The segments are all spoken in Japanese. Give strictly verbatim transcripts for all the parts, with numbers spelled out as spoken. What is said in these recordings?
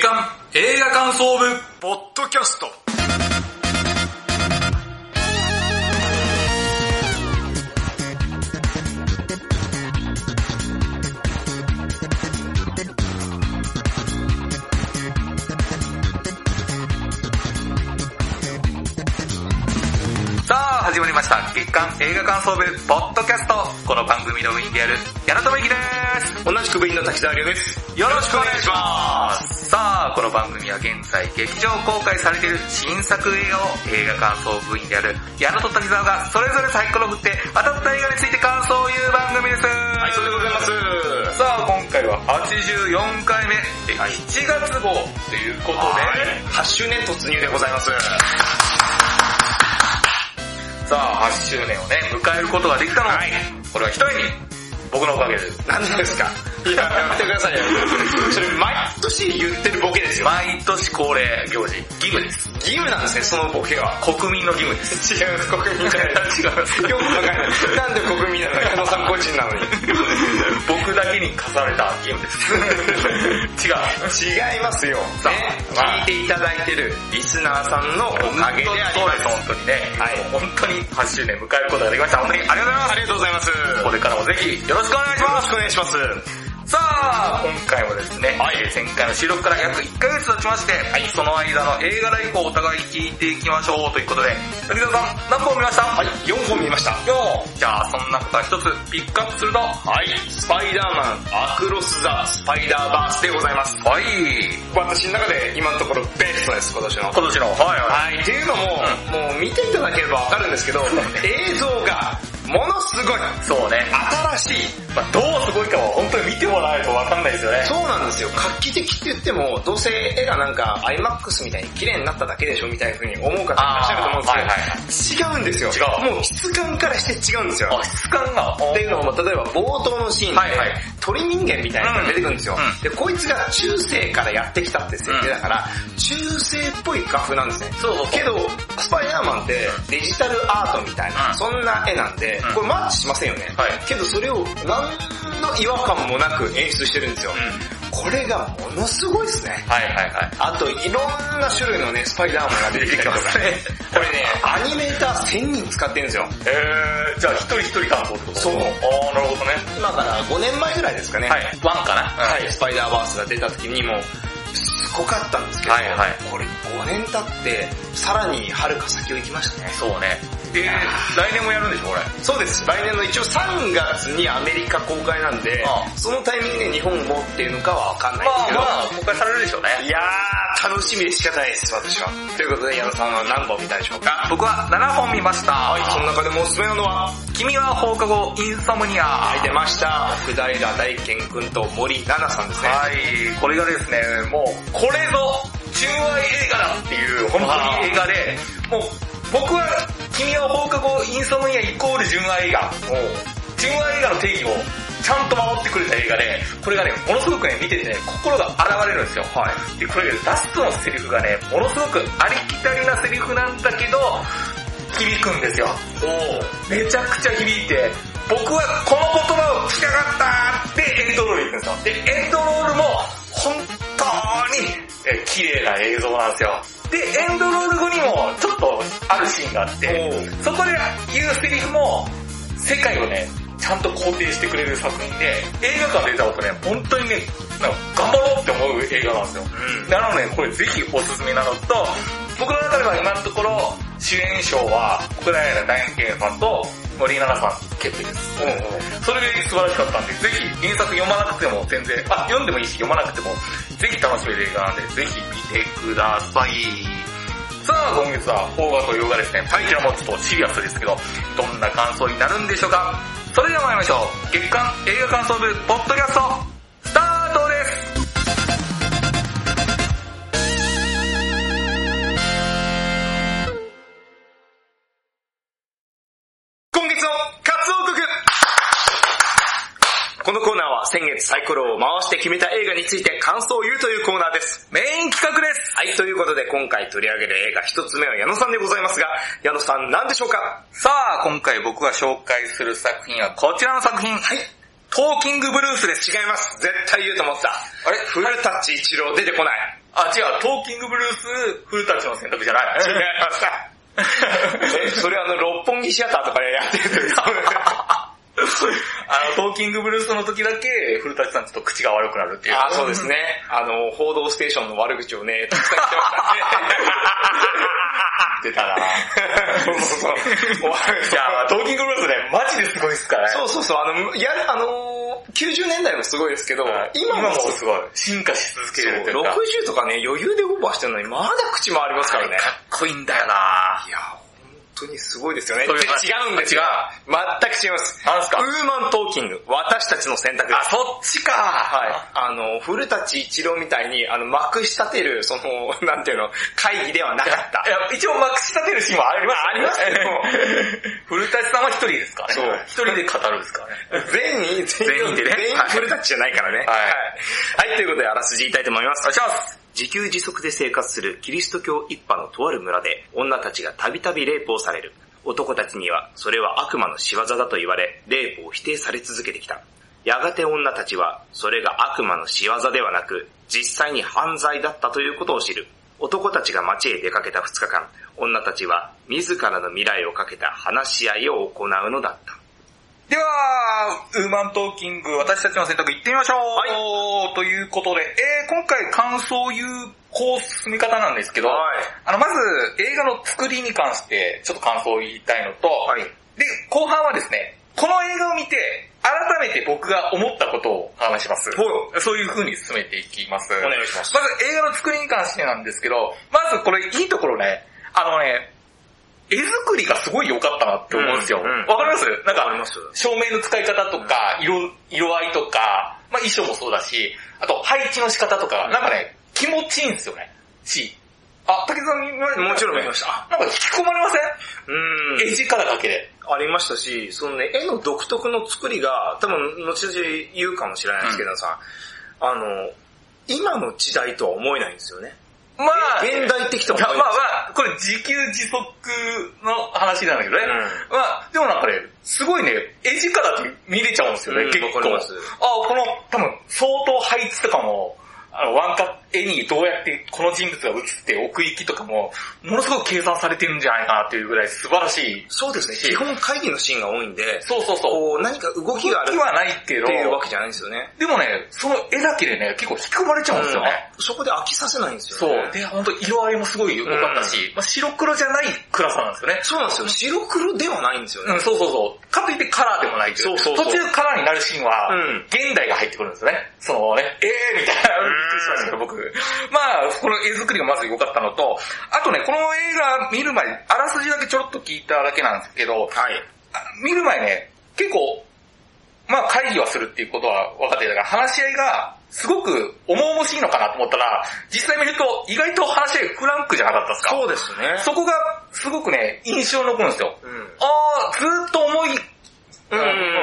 刊映画感想部ポッドキャスト。 さあ始まりました月刊映画感想部ポッドキャスト。この番組の部員である矢野智之です。 同じく部員の滝沢亮です。 よろしくお願いします。さあこの番組は現在劇場公開されている新作映画を映画感想部員である矢野と滝沢がそれぞれサイコロ振って当たった映画について感想を言う番組です。 はい、そうでございます。 さあ今回ははちじゅうよんかいめでしちがつ号ということではちしゅうねん突入でございます。 さあはちしゅうねんをね迎えることができたのは、はい、これは一重に僕のおかげです。 何ですか？いや、やめてくださいよ。それ毎年言ってるボケですよ。 毎年恒例行事、義務です。 義務なんですね、そのボケは。 国民の義務です。 違う、国民じゃない。違います。よく考えない。なんで国民なの？矢野さん個人なのに。 僕だけに課された義務です。違う。 違いますよ。さあ、ね、まあ、聞いていただいてるリスナーさんのおかげであります。 本当にね。はい。本当にはちじゅうねん迎えることができました。本当にありがとうございます。 ありがとうございます。 これからもぜひよろしくお願いします。 よろしくお願いします。 さあ今回もですね、はい、前回の収録から約いっかげつ経ちまして、はい、その間の映画ライフをお互い聞いていきましょうということで、滝沢さん何本見ました？ はい、よんほん見ました。 よー。じゃあそんなことは一つピックアップすると、 はい、スパイダーマンアクロスザスパイダーバースでございます。 はい。 私の中で今のところベストです、今年の。 今年の。はいはい。はい、っていうのも、うん、もう見ていただければわかるんですけど、映像がものすごい。 そうね。 新しい。 まあ、どうすごいかは本当に見てもらわないとわかんないですよね。 そうなんですよ。画期的って言っても、どうせ絵がなんか アイマックス みたいに綺麗になっただけでしょみたいな風に思う方いらっしゃると思うんですけど、はいはいはい、違うんですよ。 違う。 もう質感からして違うんですよ。 あ、質感が。 っていうのも、例えば冒頭のシーンで、はいはい、鳥人間みたいなのが出てくるんですよ、うん。で、こいつが中世からやってきたって設定だから、うん、中世っぽい画風なんですね。 そうそうそう。 けど、スパイダーマンってデジタルアートみたいな、うん、そんな絵なんで、これマッチしませんよね。はい、けどそれを何の違和感もなく演出してるんですよ。うん、これがものすごいですね。 はいはいはい。 あといろんな種類のね、スパイダーマンが出てきたりとか。これね、アニメーターせんにん使ってるんですよ。 えー、じゃあ一人一人担当ってこと？そう。あー、なるほどね。 今からごねんまえぐらいですかね。 はい。ワンかな？ はい、スパイダーバースが出た時にもう、すごかったんですけど、はいはい、これごねん経ってさらにはるか先を行きましたね。 そうね。で、来年もやるんでしょこれ？ そうです。来年の一応さんがつにアメリカ公開なんで、ああそのタイミングで日本もっていうのかはわかんないですけど、 まあまあ公開されるでしょうね。 いやー楽しみで仕方ないです私は。ということで矢野さんは何本見たでしょうか？ 僕はななほん見ました。 はい。その中でもおすすめなのは君は放課後インソムニア。 はい、出ました。奥平大賢くんと森七菜さんですね。 はい。これがですね、もうこれぞ純愛映画だっていう本当に映画で、もう僕は君は放課後インソムニアイコール純愛映画。純愛映画の定義をちゃんと守ってくれた映画で、これがね、ものすごくね、見ててね、心が洗われるんですよ。はい。で、これラストのセリフがね、ものすごくありきたりなセリフなんだけど、響くんですよ。おめちゃくちゃ響いて、僕はこの言葉を聞きたかったってエンドロール行くんですよ。で、エンドロールも本当にえ綺麗な映像なんですよ。で、エンドロール後にもちょっとあるシーンがあって、そこで言うセリフも世界をね、ちゃんと肯定してくれる作品で、映画館で出たことね、本当にね、なんか頑張ろうって思う映画なんですよ。うん、なので、これぜひおすすめなのと、僕の中では今のところ主演賞は奥平大賢さんと森七菜さん決定です。うんうん、それが素晴らしかったんで、ぜひ原作読まなくても全然、あ、読んでもいいし読まなくても、ぜひ楽しめる映画なんで、ぜひ見てください。さあ、今月は邦画と洋画ですね。こちらもちょっとシリアスですけど、どんな感想になるんでしょうか。それでは参りましょう。月刊映画感想部ポッドキャストスタートです。 今月の活王国。このコーナーは先月サイコロを回して決めた映画について感想を言うというコーナーです。 メイン企画です。 はい、ということで今回取り上げる映画一つ目は矢野さんでございますが、矢野さん何でしょうか？ さあ、今回僕が紹介する作品はこちらの作品。はい。トーキングブルースです。 違います。絶対言うと思った。あれ古舘一郎出てこない。 あ、違う、トーキングブルース、古舘の選択じゃない。 違いました。え、それあの、六本木シアターとかでやってるんですか？ あの、トーキングブルースの時だけ、古舘さんちょっと口が悪くなるっていう。 あ、そうですね。あの、報道ステーションの悪口をね、たくさん言ってましたね。 出たなそうそうそう。いや、トーキングブルースね、マジですごいっすからね。 そうそうそう。あの、や、あの、きゅうじゅうねんだいもすごいですけど、 今もすごい。進化し続けるっていうか。 ろくじゅうとかね、余裕でオーバーしてるのに、まだ口回りますからね。 かっこいいんだよないや、本当にすごいですよね。違うんですよ。 全く違います。 なんすか？ ウーマントーキング。私たちの選択です。 あ、そっちか。 はい。あの、古舘一郎みたいに、あの、まくし立てる、その、なんていうの、会議ではなかった。 いや、一応まくし立てるシーンはあります、 ありますけど、 古舘さんは一人ですからね。そう。一人で語るんですからね。 全員、 全員でね。 全員古舘じゃないからね。はい。はい、ということで、あらすじ言いたいと思います。 お願いします。 自給自足で生活するキリスト教一派のとある村で、女たちがたびたびレイプをされる。男たちにはそれは悪魔の仕業だと言われ、レイプを否定され続けてきた。やがて女たちはそれが悪魔の仕業ではなく、実際に犯罪だったということを知る。男たちが街へ出かけたふつかかん、女たちは自らの未来をかけた話し合いを行うのだった。 では、ウーマントーキング、私たちの選択行ってみましょう。はい。ということで、えー、今回感想を言うこう進み方なんですけど、はい、あの、まず映画の作りに関してちょっと感想を言いたいのと、はい、で、後半はですね、この映画を見て、改めて僕が思ったことを話します。そういう風に進めていきます。 お願いします。 まず映画の作りに関してなんですけど、まずこれいいところね、あのね、絵作りがすごい良かったなって思うんですよ。わ、うんうん、かりますなんか、照明の使い方とか、色、色合いとか、まあ衣装もそうだし、あと配置の仕方とか、なんかね、気持ちいいんですよね。し、あ、竹さん見ました、 ね、もちろん見ました。 なんか引き込まれません？うん。絵力だけで。 ありましたし、そのね、絵の独特の作りが、多分後々言うかもしれないですけどさ、うん、あの、今の時代とは思えないんですよね。 まあ、 現代的とは思えない。 まあまあ、これ自給自足の話なんだけどね。うん、まあ、でもなんかね、すごいね、絵力って見れちゃうんですよね、うん、結構。わかります。あ、この、多分、相当配置とかも、あの、ワンカット、絵にどうやってこの人物が映って奥行きとかも、ものすごく計算されてるんじゃないかなっていうぐらい素晴らしい。 そうですね。基本会議のシーンが多いんで、 そうそうそう。 こう何か動きがある。 動きはないけど。 っていうわけじゃないんですよね。 でもね、その絵だけでね、結構引き込まれちゃうんですよね。 うん、そこで飽きさせないんですよね。 そう。で、本当色合いもすごい良かったし、うん、まあ、白黒じゃない暗さなんですよね。 そうなんですよ。白黒ではないんですよね。 うん、そうそうそう。かといってカラーでもないけど、そうそうそう途中カラーになるシーンは、うん、現代が入ってくるんですよね。そのね、えーみたいな、びっくりしましたけど、僕。まあ、この絵作りがまず良かったのと、あとね、この映画見る前、あらすじだけちょろっと聞いただけなんですけど、はい、見る前ね、結構、まあ会議はするっていうことは分かっていたから、話し合いがすごく重々しいのかなと思ったら、実際見ると意外と話し合いフランクじゃなかったですか？ そうですね。 そこがすごくね、印象に残るんですよ。うん、あー、ずーっと重い、うん、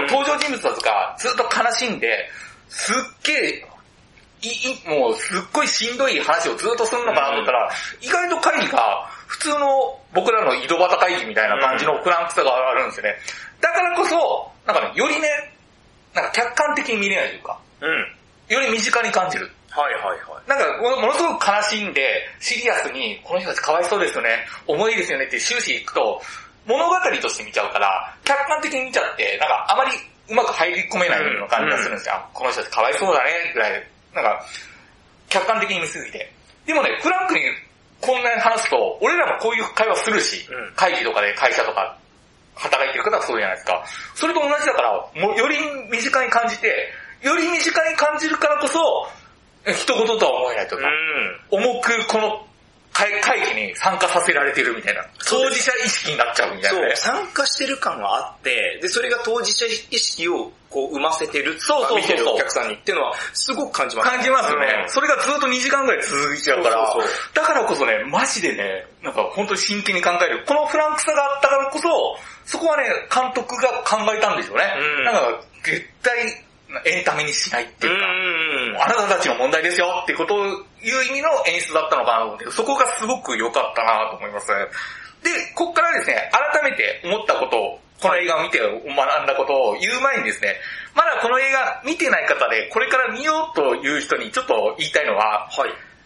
登場人物だとか、ずっと悲しんで、すっげえ、いいもうすっごいしんどい話をずっとするのかなと思ったら、うん、意外と会議が普通の僕らの井戸端会議みたいな感じのフランクさがあるんですよね。だからこそ、なんかね、よりね、なんか客観的に見れないというか、うん、より身近に感じる。 はいはいはい。 なんかものすごく悲しんで、シリアスに、この人たちかわいそうですよね、重いですよねって終始行くと、物語として見ちゃうから、客観的に見ちゃって、なんかあまりうまく入り込めないような感じがするんですよ。うんうん、この人たちかわいそうだね、ぐらい。なんか、客観的に見すぎて。でもね、フランクにこんなに話すと、俺らもこういう会話するし、うん、会議とかで会社とか、働いてる方はそうじゃないですか。それと同じだから、もうより身近に感じて、より身近に感じるからこそ、人事とは思えないというか、うん、重くこの会, 会議に参加させられてるみたいな、当事者意識になっちゃうみたいな、ね。 そう、参加してる感はあって、で、それが当事者意識をこう生ませてる、そうそうそうそう、見てるお客さんにっていうのはすごく感じます。 感じますよね、うん。それがずっとにじかんぐらい続いちゃうから、そうそうそう、だからこそね、マジでね、なんか本当に真剣に考える。このフランクさがあったからこそ、そこはね、監督が考えたんでしょうね。うん、なんか、絶対、エンタメにしないっていうか、うん、あなたたちの問題ですよってことを言う意味の演出だったのかなと思って、そこがすごく良かったなと思います。で、ここからですね、改めて思ったことを、この映画を見て学んだことを言う前にですね、まだこの映画見てない方で、これから見ようという人にちょっと言いたいのは、はい、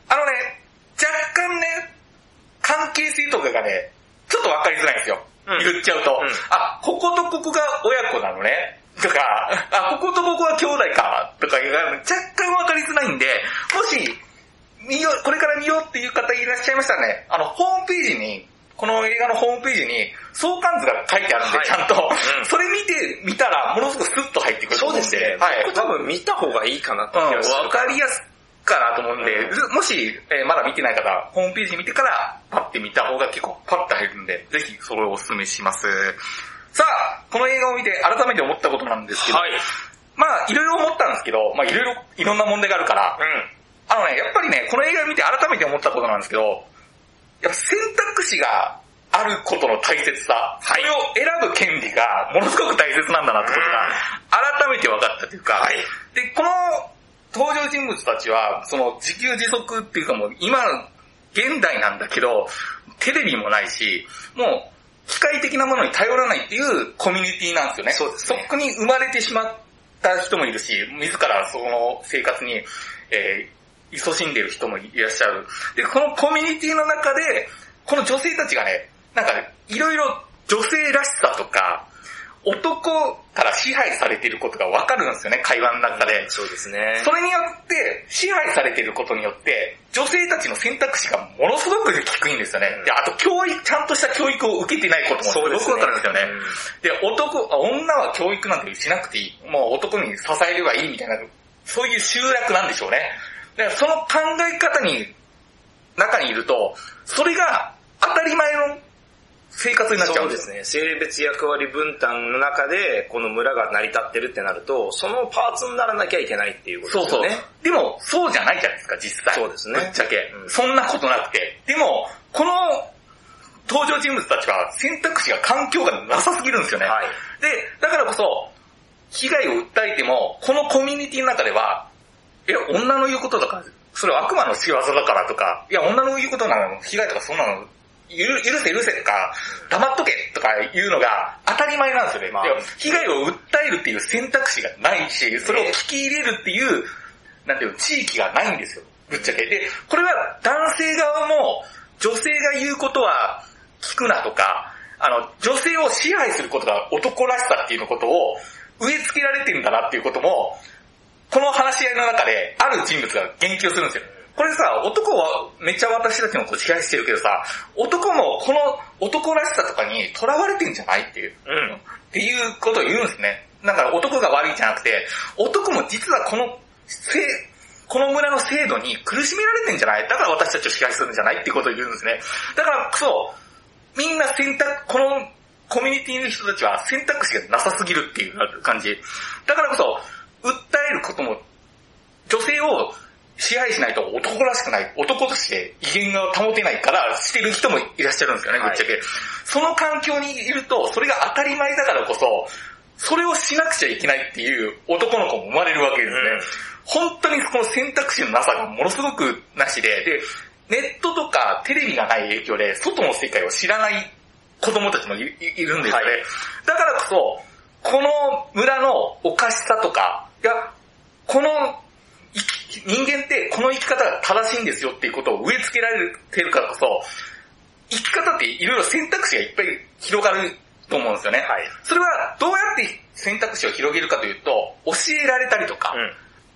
あのね、若干ね、関係性とかがね、ちょっとわかりづらいんですよ。うん、言っちゃうと、うん。あ、こことここが親子なのね。とか、あ、こことここは兄弟か。とかいうのが若干わかりづらいんで、もし、見よう、これから見ようっていう方いらっしゃいましたらね、あの、ホームページに、この映画のホームページに相関図が書いてあるんで、はい、ちゃんと、うん、それ見てみたら、ものすごくスッと入ってくると思うんで。 そうですね。はい。多分見た方がいいかなって気がする。 うん、わかりやすかなと思うんで、うん、もし、えー、まだ見てない方、ホームページ見てから、パッて見た方が結構パッと入るんで、ぜひそれをお勧めします。さあ、この映画を見て改めて思ったことなんですけど、はい、まあ、いろいろ思ったんですけど、まあ、いろいろ、いろんな問題があるから、うん、あのね、やっぱりね、この映画を見て改めて思ったことなんですけど、やっぱ選択肢があることの大切さ、はい、それを選ぶ権利がものすごく大切なんだなってことが改めて分かったというか、はい、で、この登場人物たちは、その自給自足っていうかもう今、現代なんだけど、テレビもないし、もう機械的なものに頼らないっていうコミュニティなんですよね。そうですね。そこに生まれてしまった人もいるし、自らその生活に、えー、勤しんでいる人もいらっしゃる。で、このコミュニティの中で、この女性たちがね、なんかいろいろ女性らしさとか、男から支配されていることがわかるんですよね、会話の中で。 そうですね。 それによって、支配されていることによって、女性たちの選択肢がものすごく低いんですよね。うん、で、あと教育、ちゃんとした教育を受けてないこともすごくわかるんですよね。で、ねうん、で、男、女は教育なんてしなくていい。もう男に支えればいいみたいな、そういう集落なんでしょうね。だからその考え方に、中にいると、それが当たり前の生活になっちゃうんです。 そうですね。性別役割分担の中で、この村が成り立ってるってなると、そのパーツにならなきゃいけないっていうことですよね。そうそう。 でも、そうじゃないじゃないですか、実際。 そうですね。 ぶっちゃけ。うん、そんなことなくて。でも、この登場人物たちは選択肢が、環境がなさすぎるんですよね。はい。で、だからこそ、被害を訴えても、このコミュニティの中では、いや、女の言うこととか、それは悪魔の仕業だからとか、いや、女の言うことなの、被害とかそんなの、許せ許せとか、黙っとけとか言うのが当たり前なんですよね。まあ、被害を訴えるっていう選択肢がないし、それを聞き入れるっていう、なんていう地域がないんですよ。ぶっちゃけ。で、これは男性側も女性が言うことは聞くなとか、あの、女性を支配することが男らしさっていうことを植え付けられてるんだなっていうことも、この話し合いの中である人物が言及するんですよ。これさ、男はめっちゃ私たちのこと支配してるけどさ、男もこの男らしさとかに囚われてんじゃないっていう、うん、っていうことを言うんですね。だから男が悪いんじゃなくて、男も実はこのせこの村の制度に苦しめられてんじゃない？だから私たちを支配するんじゃないっていうことを言うんですね。だからこそ、みんな選択、このコミュニティの人たちは選択肢がなさすぎるっていう感じ。だからこそ、訴えることも、女性を支配しないと男らしくない、男として威厳が保てないからしてる人もいらっしゃるんですよね、ぶっちゃけ。その環境にいると、それが当たり前だからこそ、それをしなくちゃいけないっていう男の子も生まれるわけですね。うん、本当にこの選択肢のなさがものすごくなしで、で、ネットとかテレビがない影響で、外の世界を知らない子供たちも い, いるんですよね、はい。だからこそ、この村のおかしさとか、いや、この人間ってこの生き方が正しいんですよっていうことを植え付けられてるからこそ、生き方っていろいろ選択肢がいっぱい広がると思うんですよね。はい、それはどうやって選択肢を広げるかというと、教えられたりとか、うん、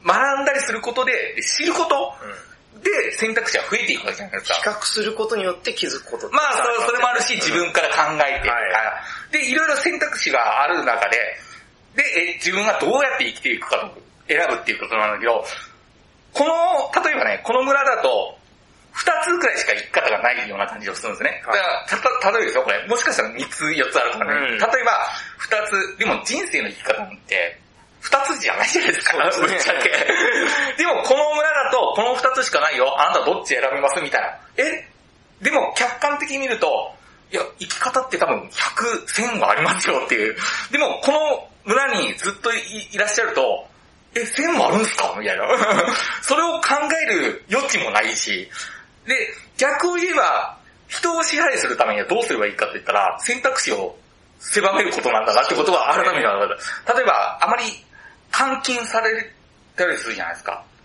学んだりすることで、で知ること、うん、で選択肢が増えていくわけじゃないですか。 比較することによって気づくことってまあそ、それもあるし、自分から考えて、うんはい、で、いろいろ選択肢がある中で、で、え自分がどうやって生きていくかと選ぶっていうことなんだけど、この、例えばね、この村だと、二つくらいしか生き方がないような感じをするんですね。はい、だから、た、例えばですよ、これ。もしかしたら三つ、四つあるとかね。うん、例えば、二つ、でも人生の生き方って、二つじゃないじゃないですか。ぶっちゃけ。でも、この村だと、この二つしかないよ。あなたどっち選びますみたいな。えでも、客観的に見ると、いや、生き方って多分百、千はありますよっていう。でも、この村にずっと い, いらっしゃると、え、線もあるんすかみたいな。それを考える余地もないし。で、逆を言えば、人を支配するためにはどうすればいいかって言ったら、選択肢を狭めることなんだなってことは改めて分かる。例えば、あまり監禁されたりするじゃないですか。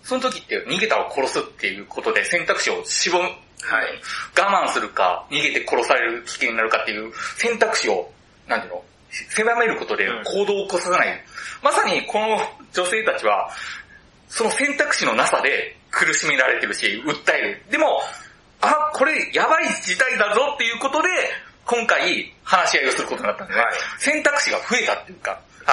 その時って逃げたを殺すっていうことで選択肢を絞る、はい、我慢するか、逃げて殺される危険になるかっていう選択肢を、なんていうの狭めることで行動を起こさない。うん、まさにこの女性たちは、その選択肢のなさで苦しめられてるし、訴える。でも、あ、これやばい事態だぞっていうことで、今回話し合いをすることになったんでね、はい、選択肢が増えたっていうか、はい。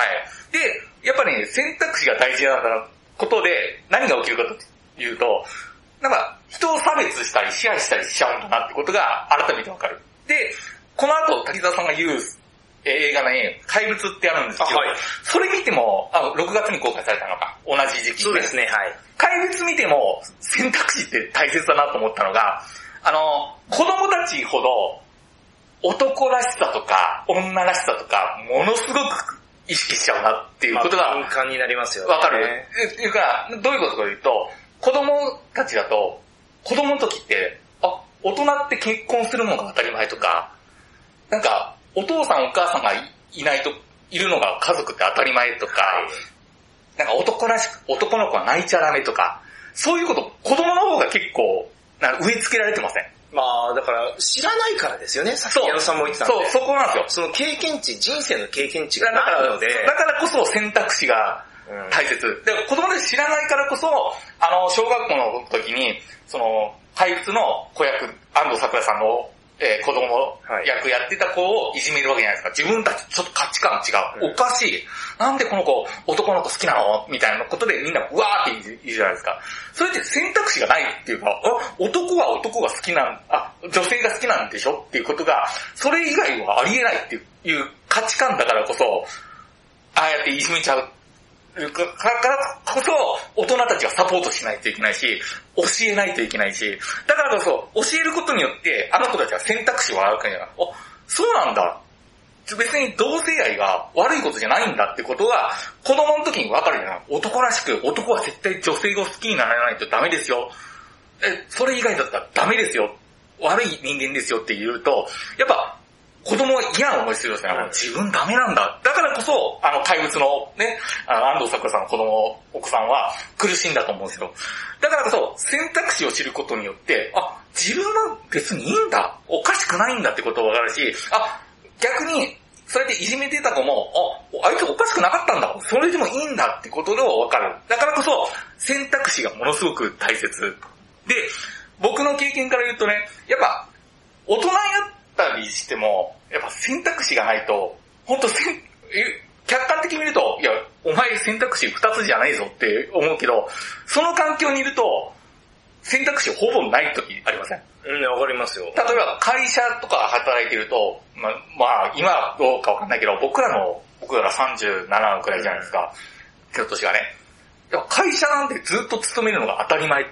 で、やっぱりね、選択肢が大事なことで何が起きるかというと、なんか人を差別したり支配したりしちゃうんだなってことが改めてわかる。で、この後滝沢さんが言う映画ね、怪物ってあるんですけど、はい、それ見ても、あ、ろくがつに公開されたのか、同じ時期に。 そうですね、はい。 怪物見ても選択肢って大切だなと思ったのが、あの、子供たちほど男らしさとか女らしさとかものすごく意識しちゃうなっていうことが、 まあ、敏感になりますよね。 わかる。っていうか、どういうことかというと、子供たちだと、子供の時って、あ、大人って結婚するのが当たり前とか、なんか、お父さんお母さんがいないと、いるのが家族って当たり前とか、はい、なんか男らしく、男の子は泣いちゃダメとか、そういうこと、子供の方が結構、なんか植え付けられてません？ まあ、だから、知らないからですよね、さっき矢野さんも言ってたんで。 そう、そこなんですよ。 その経験値、人生の経験値がないので。 だからこそ選択肢が大切。うん、で子供たち知らないからこそ、あの、小学校の時に、その、怪物の子役、安藤サクラさんの、えー、子供役やってた子をいじめるわけじゃないですか。自分たちちょっと価値観違う。うん、おかしい。なんでこの子、男の子好きなのみたいなことでみんなうわーって言うじゃないですか。それって選択肢がないっていうか、あ、男は男が好きなん、あ、女性が好きなんでしょっていうことが、それ以外はありえないっていう価値観だからこそ、ああやっていじめちゃう。からこそ、大人たちがサポートしないといけないし、教えないといけないし、だからこそ、教えることによって、あの子たちは選択肢をあるわけじゃない。あ、そうなんだ。別に同性愛が悪いことじゃないんだってことが、子供の時に分かるじゃない。男らしく、男は絶対女性を好きにならないとダメですよ。え、それ以外だったらダメですよ。悪い人間ですよって言うと、やっぱ、子供は嫌な思いするんですよね。自分ダメなんだ。だからこそ、あの怪物のね、あの安藤サクラさんの子供、奥さんは苦しんだと思うんですよ。だからこそ、選択肢を知ることによって、あ、自分は別にいいんだ。おかしくないんだってことがわかるし、あ、逆に、それでいじめてた子も、あ、あいつおかしくなかったんだ。それでもいいんだってことがわかる。だからこそ、選択肢がものすごく大切。で、僕の経験から言うとね、やっぱ、大人やったりしても、やっぱ選択肢がないと、ほんと客観的に見ると、いや、お前選択肢二つじゃないぞって思うけど、その環境にいると、選択肢ほぼない時ありません？ うん、わかりますよ。 例えば会社とか働いてると、ま、まあ、今はどうかわかんないけど、僕らの、僕らさんじゅうななくらいじゃないですか。今日年がね。会社なんてずっと勤めるのが当たり前って、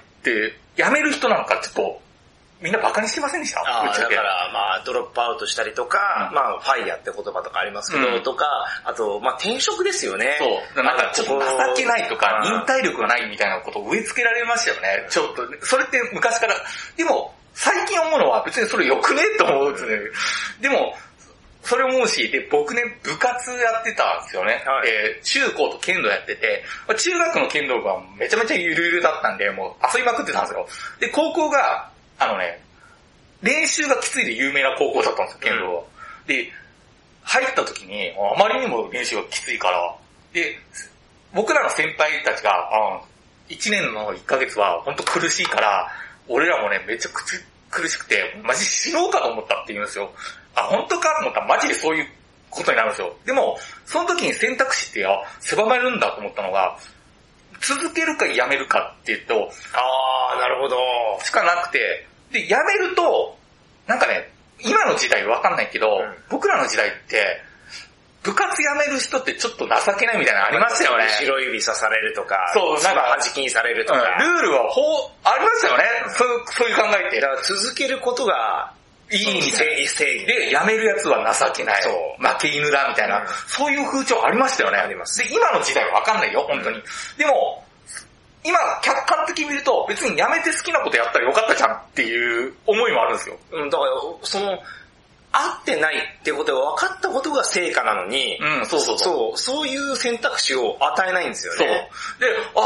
辞める人なんかちょっと、みんなバカにしてませんでした？ あだからまあドロップアウトしたりとか、うん、まあファイヤーって言葉とかありますけど、うん、とか、あとまあ転職ですよね。 そう。なんかちょっと情けないとか、忍耐力がないみたいなことを植え付けられましたよね。ちょっと、それって昔から、でも最近思うのは別にそれ良くねって思うんですね。でも、それ思うし、で、僕ね、部活やってたんですよね。はい、えー、中高と剣道やってて、中学の剣道がめちゃめちゃゆるゆるだったんで、もう遊びまくってたんですよ。で、高校が、あのね、練習がきついで有名な高校だったんですよ、剣道は。うん、で、入った時に、あまりにも練習がきついから、で、僕らの先輩たちが、あいちねんのいっかげつは本当苦しいから、俺らもね、めっちゃ苦しくて、マジ死のうかと思ったって言うんですよ。あ、本当かと思ったらマジでそういうことになるんですよ。でも、その時に選択肢って狭まるんだと思ったのが、続けるかやめるかっていうと、 あー、なるほど。 しかなくて、で、やめると、なんかね、今の時代わかんないけど、うん、僕らの時代って、部活やめる人ってちょっと情けないみたいなのありましたよね。 白指さされるとか、 そう、なんか、 弾きにされるとか。 うん、ルールはほう、ありましたよね。そう、そういう考えって。 だから続けることが、 いいみたいな。 正義で、やめるやつは情けない。そう。負け犬だみたいな、うん。そういう風潮ありましたよね。 あります。 で、今の時代はわかんないよ、本当に。うん、でも、今、客観的に見ると、別にやめて好きなことやったらよかったじゃんっていう思いもあるんですよ。 うん、だから、その、合ってないってことが分かったことが成果なのに、 うん、そうそうそう。 そう、そういう選択肢を与えないんですよね。 そう。で、あ、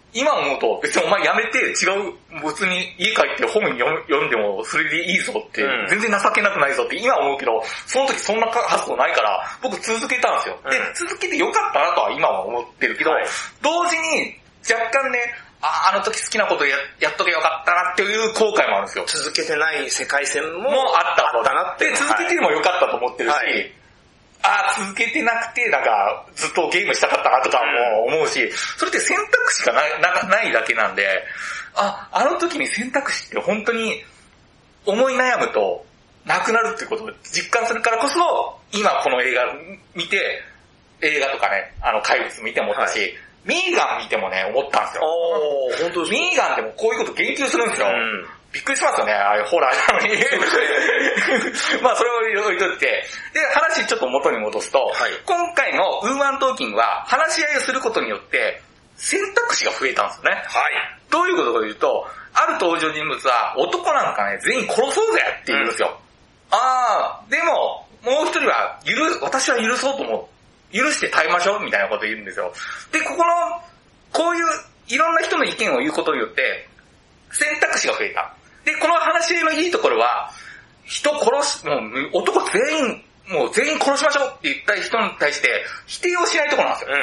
今思うと別にお前やめて違う、別に家帰って本読んでもそれでいいぞって、うん、全然情けなくないぞって今思うけど、その時そんな発想ないから僕続けたんですよ。うん、で、続けてよかったなとは今は思ってるけど、はい、同時に若干ね、あ, あの時好きなこと や, やっとけよかったなっていう後悔もあるんですよ。 続けてない世界線もあったあったなって。 で、続けてもよかったと思ってるし、はい、ああ、続けてなくて、なんか、ずっとゲームしたかったなとかも思うし、それって選択肢がない、な、ないだけなんで、あ、あの時に選択肢って本当に思い悩むと、なくなるっていうことを実感するからこそ、今この映画見て、映画とかね、あの、怪物見て思ったし、はい、ミーガン見てもね、思ったんですよ。 おー、本当ですか？ ミーガンでもこういうこと言及するんですよ。うん、びっくりしますよね、ああいうホラーなのに。まあそれを置いといて、で、話ちょっと元に戻すと、はい、今回のウーマントーキングは話し合いをすることによって選択肢が増えたんですよね。はい。どういうことかというと、ある登場人物は男なんかね、全員殺そうぜって言うんですよ。うん、あー、でも、もう一人は、許、私は許そうと思う。許して耐えましょうみたいなことを言うんですよ。で、ここの、こういういろんな人の意見を言うことによって、選択肢が増えた。で、この話し合いのいいところは、人殺し、もう男全員、もう全員殺しましょうって言った人に対して否定をしないところなんですよ。うん、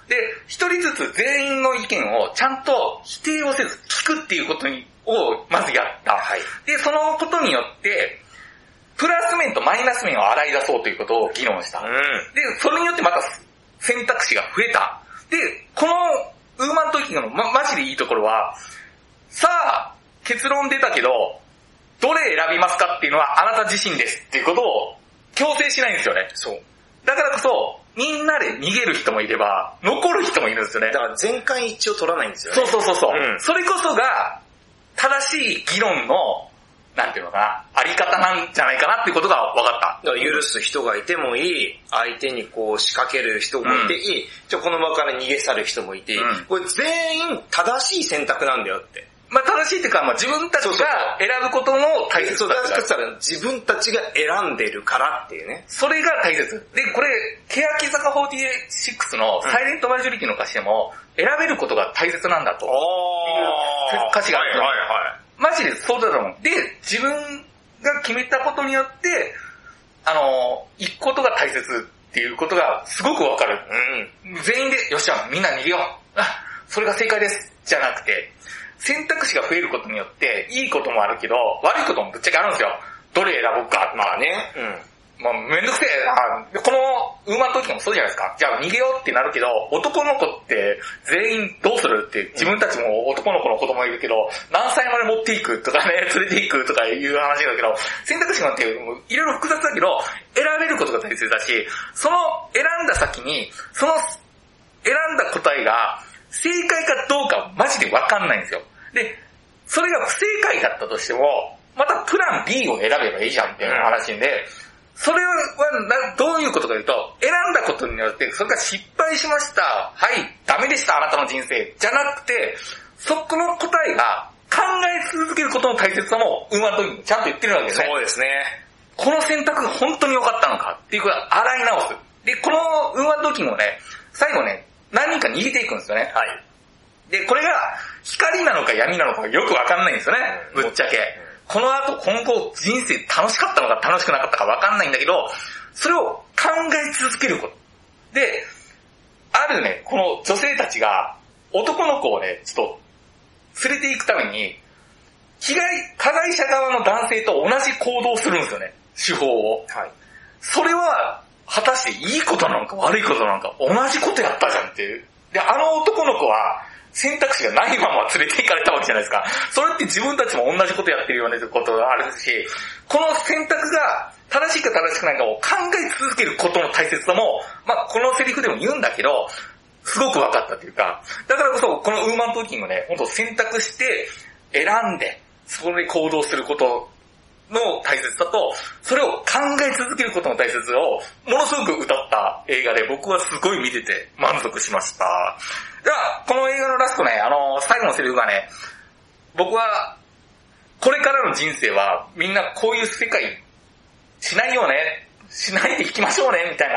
で、一人ずつ全員の意見をちゃんと否定をせず聞くっていうことにをまずやった。はい、で、そのことによって、プラス面とマイナス面を洗い出そうということを議論した。うん、で、それによってまた選択肢が増えた。で、このウーマントーキングの、ま、マジでいいところは、さあ、結論出たけど、どれ選びますかっていうのはあなた自身ですっていうことを強制しないんですよね。そう。だからこそ、みんなで逃げる人もいれば、残る人もいるんですよね。 だから全会一致を取らないんですよね。 そうそうそうそう、うん。それこそが、正しい議論の、なんていうのかな、あり方なんじゃないかなっていうことが分かった。 だから許す人がいてもいい、相手にこう仕掛ける人もいていい、うん、じゃあこの場から逃げ去る人もいていい、うん、これ全員正しい選択なんだよって。 まあ正しいっていうか、まあ自分たちが選ぶことの大切さだから。自分たちが選んでるからっていうね。 それが大切。で、これ、欅坂フォーティシックスのサイレントマジョリティの歌詞でも、選べることが大切なんだと。いう歌詞がある。はいはいはい。マジでそうだと思う。で、自分が決めたことによって、あの、行くことが大切っていうことがすごくわかる。うん。全員で、よっしゃ、みんな逃げよう。あ、それが正解です。じゃなくて、選択肢が増えることによって、いいこともあるけど、悪いこともぶっちゃけあるんですよ。どれ選ぼうか。まあね。うん。まあめんどくせえな。このウーマントーキングもそうじゃないですか。じゃあ逃げようってなるけど、男の子って全員どうするって、自分たちも男の子の子供いるけど、何歳まで持っていくとかね、連れていくとかいう話だけど、選択肢なんていろいろ複雑だけど、選べることが大切だし、その選んだ先に、その選んだ答えが正解かどうかマジでわかんないんですよ。で、それが不正解だったとしても、またプラン B を選べばいいじゃんっていう話で、それはどういうことかというと、選んだことによって、それが失敗しました。はい、ダメでした、あなたの人生。じゃなくて、そこの答えが考え続けることの大切さも、ウーマントーキングちゃんと言ってるわけですね。 そうですね。 この選択が本当に良かったのかっていうことを洗い直す。で、このウーマントーキングをね、最後ね、何人か逃げていくんですよね。はい。で、これが光なのか闇なのかよくわかんないんですよね、うん、ぶっちゃけ。この後今後人生楽しかったのか楽しくなかったかわかんないんだけど、それを考え続けること。で、あるね、この女性たちが男の子をね、ちょっと連れて行くために、被害、加害者側の男性と同じ行動をするんですよね、手法を。はい。それは、果たしていいことなのか悪いことなのか、同じことやったじゃんっていう。で、あの男の子は、選択肢がないまま連れて行かれたわけじゃないですか。それって自分たちも同じことやってるよねってことがあるし、この選択が正しいか正しくないかを考え続けることの大切さも、まあこのセリフでも言うんだけど、すごく分かったというか、だからこそこのウーマントーキングをね、本当選択して選んで、それで行動することの大切さと、それを考え続けることの大切さをものすごく歌った映画で、僕はすごい見てて満足しました。では、この映画のラストね、あのー、最後のセリフがね、僕は、これからの人生はみんなこういう世界しないよね、しないでいきましょうね、みたいな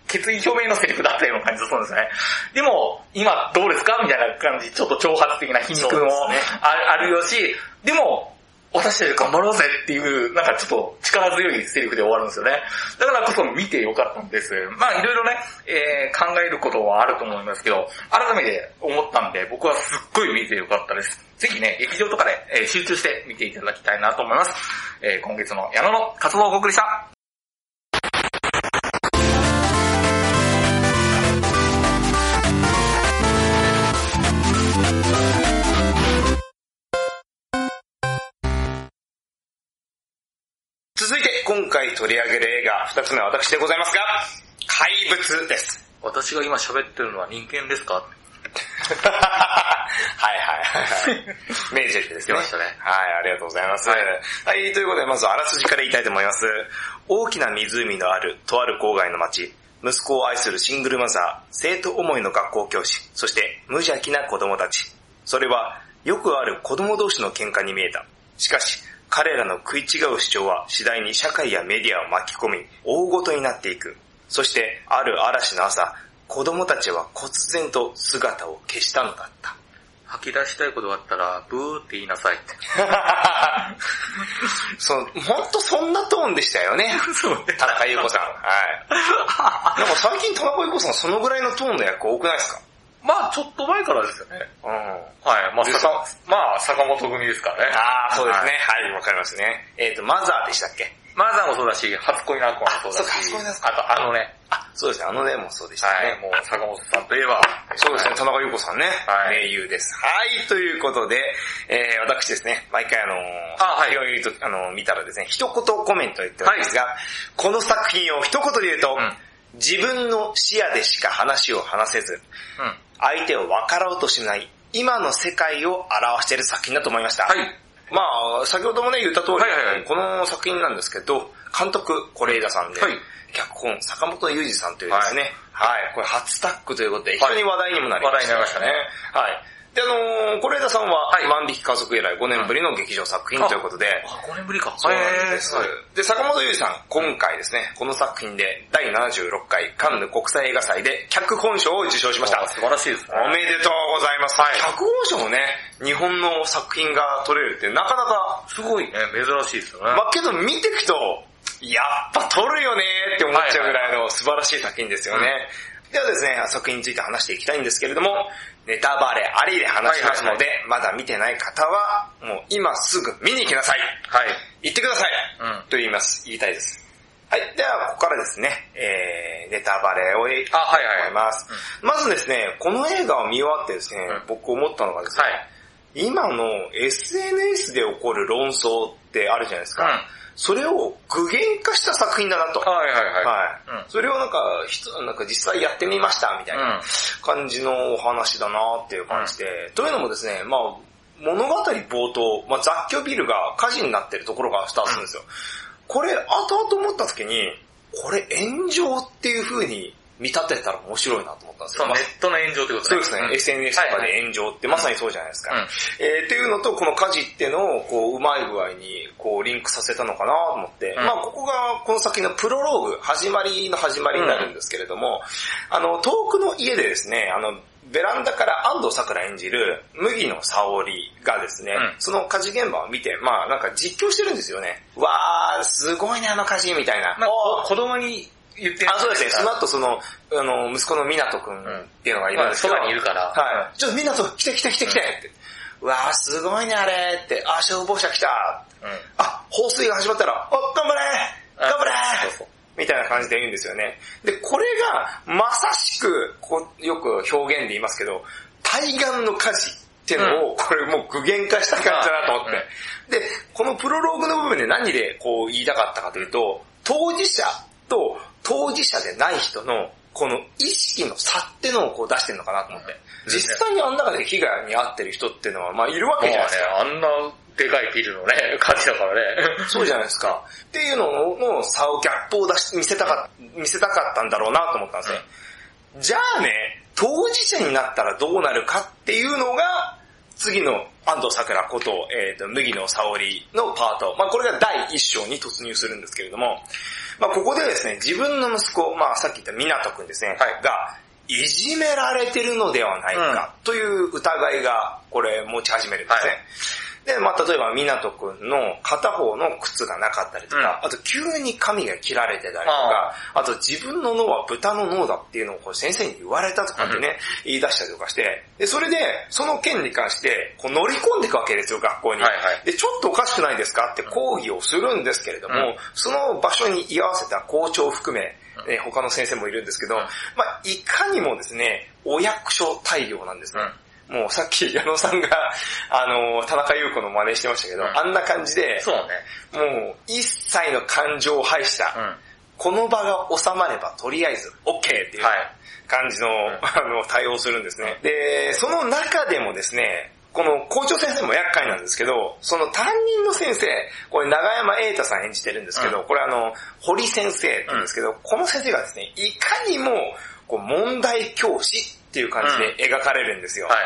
決意表明のセリフだったような感じがするんですね。でも、今どうですかみたいな感じ、ちょっと挑発的な皮肉もあるよし、でも、私たち頑張ろうぜっていう、なんかちょっと力強いセリフで終わるんですよね。だからこそ見てよかったんです。まあいろいろね、えー、考えることはあると思いますけど、改めて思ったんで、僕はすっごい見てよかったです。ぜひね、劇場とかで、えー、集中して見ていただきたいなと思います。えー、今月の矢野の活動報告でした。 続いて今回取り上げる映画二つ目は私でございますが、怪物です。 私が今喋ってるのは人間ですか？ はいはいはい。名台詞ですね。 出ましたね。 はい、ありがとうございます。はい、はい、ということでまずあらすじから言いたいと思います。大きな湖のあるとある郊外の町、息子を愛するシングルマザー、生徒思いの学校教師、そして無邪気な子供たち。それはよくある子供同士の喧嘩に見えた。しかし、彼らの食い違う主張は次第に社会やメディアを巻き込み、大ごとになっていく。そして、ある嵐の朝、子供たちは忽然と姿を消したのだった。 吐き出したいことがあったら、ブーって言いなさいって。 そう、ほんとそんなトーンでしたよね。そうね。田中優子さん。はい。なんか最近田中優子さんそのぐらいのトーンの役多くないですか？ まあちょっと前からですよね。 うん。 はい。まあ坂、まあ坂本組ですからね。 ああ、そうですね。はい、わ、はい、かりますね。えっ、ー、と、マザーでしたっけ？ マザーもそうだし、初恋の悪魔もそうだし、あとあのね。 あ、そうですね、あのねもそうでしたね。 はい、もう坂本さんといえば。 そうですね、田中優子さんね。はい。名優です。はい、ということで、えー、私ですね、毎回あのー、あ、はい。いろいろと、あのー、見たらですね、一言コメント言ってるんですが、はい、この作品を一言で言うと、うん、自分の視野でしか話を話せず、うん、相手を分かろうとしない今の世界を表している作品だと思いました。はい。まあ、先ほどもね言った通り、はいはいはい、この作品なんですけど、監督、是枝さんで、はい、脚本、坂本雄二さんというですね、はい、はい、これ初タッグということで、非常に話題にもなりました、ね。話題になりましたね。はい。で、あのー、是枝さんは、はい、万引き家族以来ごねんぶりの劇場作品ということで、 あ、ごねんぶりか。 そうなんです。はい、で、坂本雄二さん、今回ですね、この作品でだいななじゅうろっかいカンヌ国際映画祭で脚本賞を受賞しました。 素晴らしいですね。 おめでとうございます。はい、脚本賞もね、日本の作品が撮れるってなかなかすごいね、珍しいですよね。 まあけど見ていくと、やっぱ撮るよねって思っちゃうぐらいの素晴らしい作品ですよね。はいはいはい、ではですね、作品について話していきたいんですけれども、ネタバレありで話しますので、はいはいはい、まだ見てない方は、もう今すぐ見に行きなさい。はい。行ってください。うん。と言います。言いたいです。はい。では、ここからですね、えー、ネタバレを言いたいと思います。はいはいはい、うん。まずですね、この映画を見終わってですね、うん、僕思ったのがですね、はい、今の エスエヌエス で起こる論争ってあるじゃないですか。うん、それを具現化した作品だなと。はいはいはい。はい。うん、それをなんか、なんか実際やってみましたみたいな感じのお話だなっていう感じで。うん、というのもですね、まあ物語冒頭、まあ雑居ビルが火事になってるところがスタートするんですよ。うん、これ、後々思った時に、これ炎上っていう風に見立てたら面白いなと思ったんですよ。 そう、ネットの炎上ってことね。 そうですね、うん、エスエヌエス とかで炎上ってまさにそうじゃないですか。うん、えー、っていうのと、この火事っていうのを、こう、うまい具合に、こう、リンクさせたのかなと思って、うん、まあ、ここが、この先のプロローグ、始まりの始まりになるんですけれども、うん、あの、遠くの家でですね、あの、ベランダから安藤サクラ演じる麦野沙織がですね、うん、その火事現場を見て、まあなんか実況してるんですよね。わー、すごいねあの火事みたいな。 まあ、子供に言ってる。 あ、そうですね。その後その、あの、息子の湊くんっていうのがいるんですけど、 そばにいるから。 はい。ちょっと湊来て来て来て来てって。うわー、すごいねあれって。あ、消防車来た。うん、あ、放水が始まったら、お、頑張れ頑張れそうそうみたいな感じで言うんですよね。で、これがまさしくこうよく表現で言いますけど、対岸の火事っていうのを、うん、これもう具現化した感じだなと思って、うん、で、このプロローグの部分で何でこう言いたかったかというと、当事者と当事者でない人のこの意識の差ってのをこう出してるのかなと思って、うん、実際にあん中で被害に遭ってる人っていうのはまあいるわけじゃないですか。 まあね、あんなでかいビルのね、火事だからね。 そうじゃないですか。っていうのの差をギャップを出し、見せたか、見せたかったんだろうなと思ったんですね。うん、じゃあね、当事者になったらどうなるかっていうのが、 次の安藤サクラこと、えっ、ー、と、麦野沙織のパート、まあこれがだいいっ章に突入するんですけれども、まあここでですね、自分の息子、まあさっき言った湊くんですね、はい、が、いじめられてるのではないかという疑いが、これ持ち始めるんですね。はいで、まあ、例えば、湊くんの片方の靴がなかったりとか、うん、あと急に髪が切られてたりとか、あと自分の脳は豚の脳だっていうのをこう先生に言われたとかってね、うん、言い出したりとかして、で、それで、その件に関して、こう乗り込んでいくわけですよ、学校に。はいはい、で、ちょっとおかしくないですかって抗議をするんですけれども、うん、その場所に居合わせた校長を含め、えー、他の先生もいるんですけど、まあ、いかにもですね、お役所大量なんですね。うんもうさっき矢野さんが、あの、田中優子の真似してましたけど、うん、あんな感じで、 そうね。 もう一切の感情を排した、うん、この場が収まればとりあえず OK っていう感じの、はい、あの対応するんですね。うん、で、その中でもですね、この校長先生も厄介なんですけど、その担任の先生、これ長山瑛太さん演じてるんですけど、うん、これあの、堀先生って言うんですけど、うん、この先生がですね、いかにもこう問題教師っていう感じで描かれるんですよ。うんはい、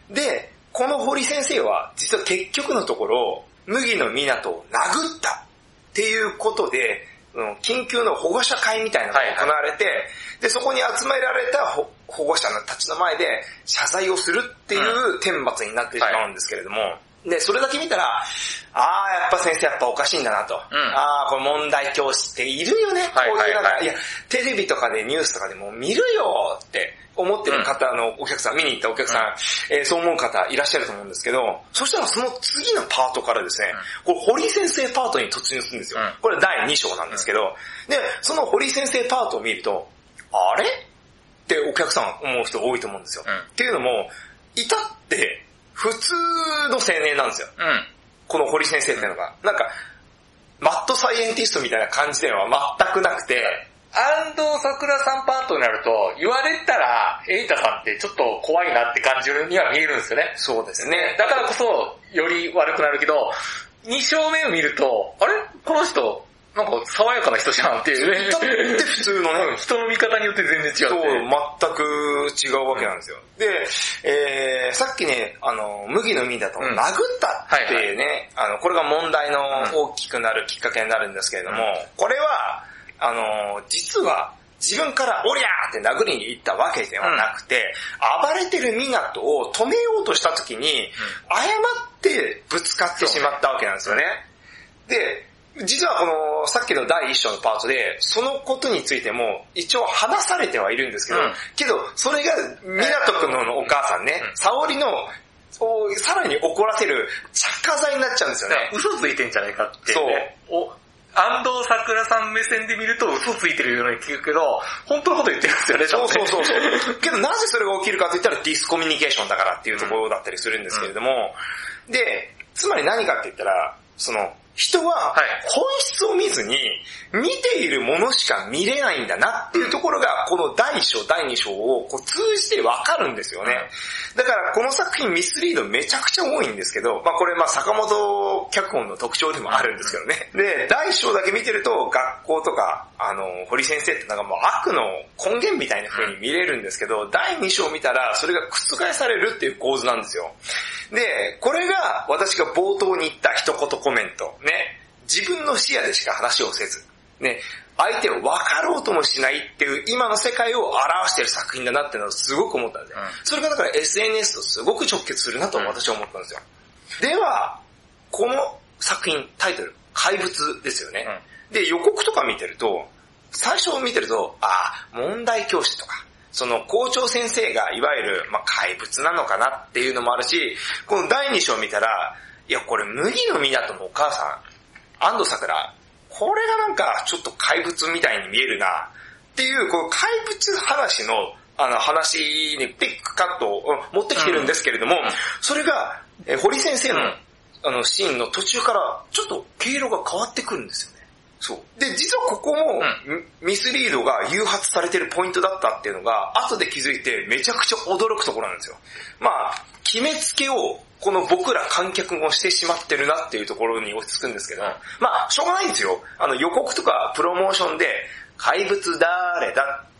で、この堀先生は実は結局のところ、麦野湊を殴ったっていうことで、緊急の保護者会みたいなのが行われて、はいはい、で、そこに集められた保護者たちの前で謝罪をするっていう天罰になってしまうんですけれども、はい、で、それだけ見たら、あー、やっぱ先生やっぱおかしいんだなと。うん、あー、これ問題教師っているよね、こういうなんか、いや、テレビとかでニュースとかでも見るよって思ってる方のお客さん、見に行ったお客さん、うんえー、そう思う方いらっしゃると思うんですけど、そしたらその次のパートからですね、これ堀先生パートに突入するんですよ。これだいに章なんですけど、で、その堀先生パートを見ると、あれってお客さん思う人多いと思うんですよ。うん、っていうのも、いたって普通の青年なんですよ。うん、この堀先生っていうのが。なんか、マッドサイエンティストみたいな感じでは全くなくて、 安藤サクラさんパートになると、言われたら、瑛太さんってちょっと怖いなって感じるには見えるんですよね。 そうですね。 だからこそ、より悪くなるけど、に章目を見ると、あれこの人、なんか爽やかな人じゃんっていうね。 だって普通のね、 人の見方によって全然違って。 そう、全く違うわけなんですよ。うん、で、えー、さっきね、あの、麦野実だと殴ったっていうね、うんはいはい、あの、これが問題の大きくなるきっかけになるんですけれども、うん、これは、あの、実は、自分からおりゃーって殴りに行ったわけではなくて、うん、暴れてる湊を止めようとした時に、誤ってぶつかってしまったわけなんですよね。で、実はこの、さっきのだいいっ章のパートで、そのことについても、一応話されてはいるんですけど、うん、けど、それが、湊くんのお母さんね、沙織の、さらに怒らせる着火剤になっちゃうんですよね。 嘘ついてんじゃないかって、ね。そう。お安藤サクラさん目線で見ると嘘ついてるように聞くけど、本当のこと言ってるんですよね、 そうそうそうそう。けどなぜそれが起きるかと言ったらディスコミュニケーションだからっていうところだったりするんですけれども、うん、で、つまり何かって言ったら、その、人は本質を見ずに見ているものしか見れないんだなっていうところがこのだいいっ章だいに章をこう通じてわかるんですよね。だからこの作品ミスリードめちゃくちゃ多いんですけど、まあこれまあ坂本脚本の特徴でもあるんですけどね。で、だいいっ章だけ見てると学校とかあの堀先生ってなんかもう悪の根源みたいな風に見れるんですけど、だいに章見たらそれが覆されるっていう構図なんですよ。で、これが私が冒頭に言った一言コメント。ね。自分の視野でしか話をせず、ね。相手を分かろうともしないっていう今の世界を表している作品だなっていうのをすごく思ったんですよ。うん、それがだから エスエヌエス とすごく直結するなと私は思ったんですよ。うん、では、この作品、タイトル、怪物ですよね。うん、で、予告とか見てると、最初見てると、ああ、問題教師とか、その校長先生がいわゆる、まあ、怪物なのかなっていうのもあるし、このだいに章見たら、いやこれ麦野湊のお母さん、安藤サクラ、これがなんかちょっと怪物みたいに見えるなっていう、この怪物話のあの話にピックカットを持ってきてるんですけれども、うん、それがえ堀先生の、うん、あのシーンの途中からちょっと毛色が変わってくるんですよね。そう。で、実はここも、うん、ミスリードが誘発されてるポイントだったっていうのが、後で気づいてめちゃくちゃ驚くところなんですよ。まあ、決めつけを、この僕ら観客もしてしまってるなっていうところに落ち着くんですけど、うん、まあ、しょうがないんですよ。あの予告とかプロモーションで、怪物誰だ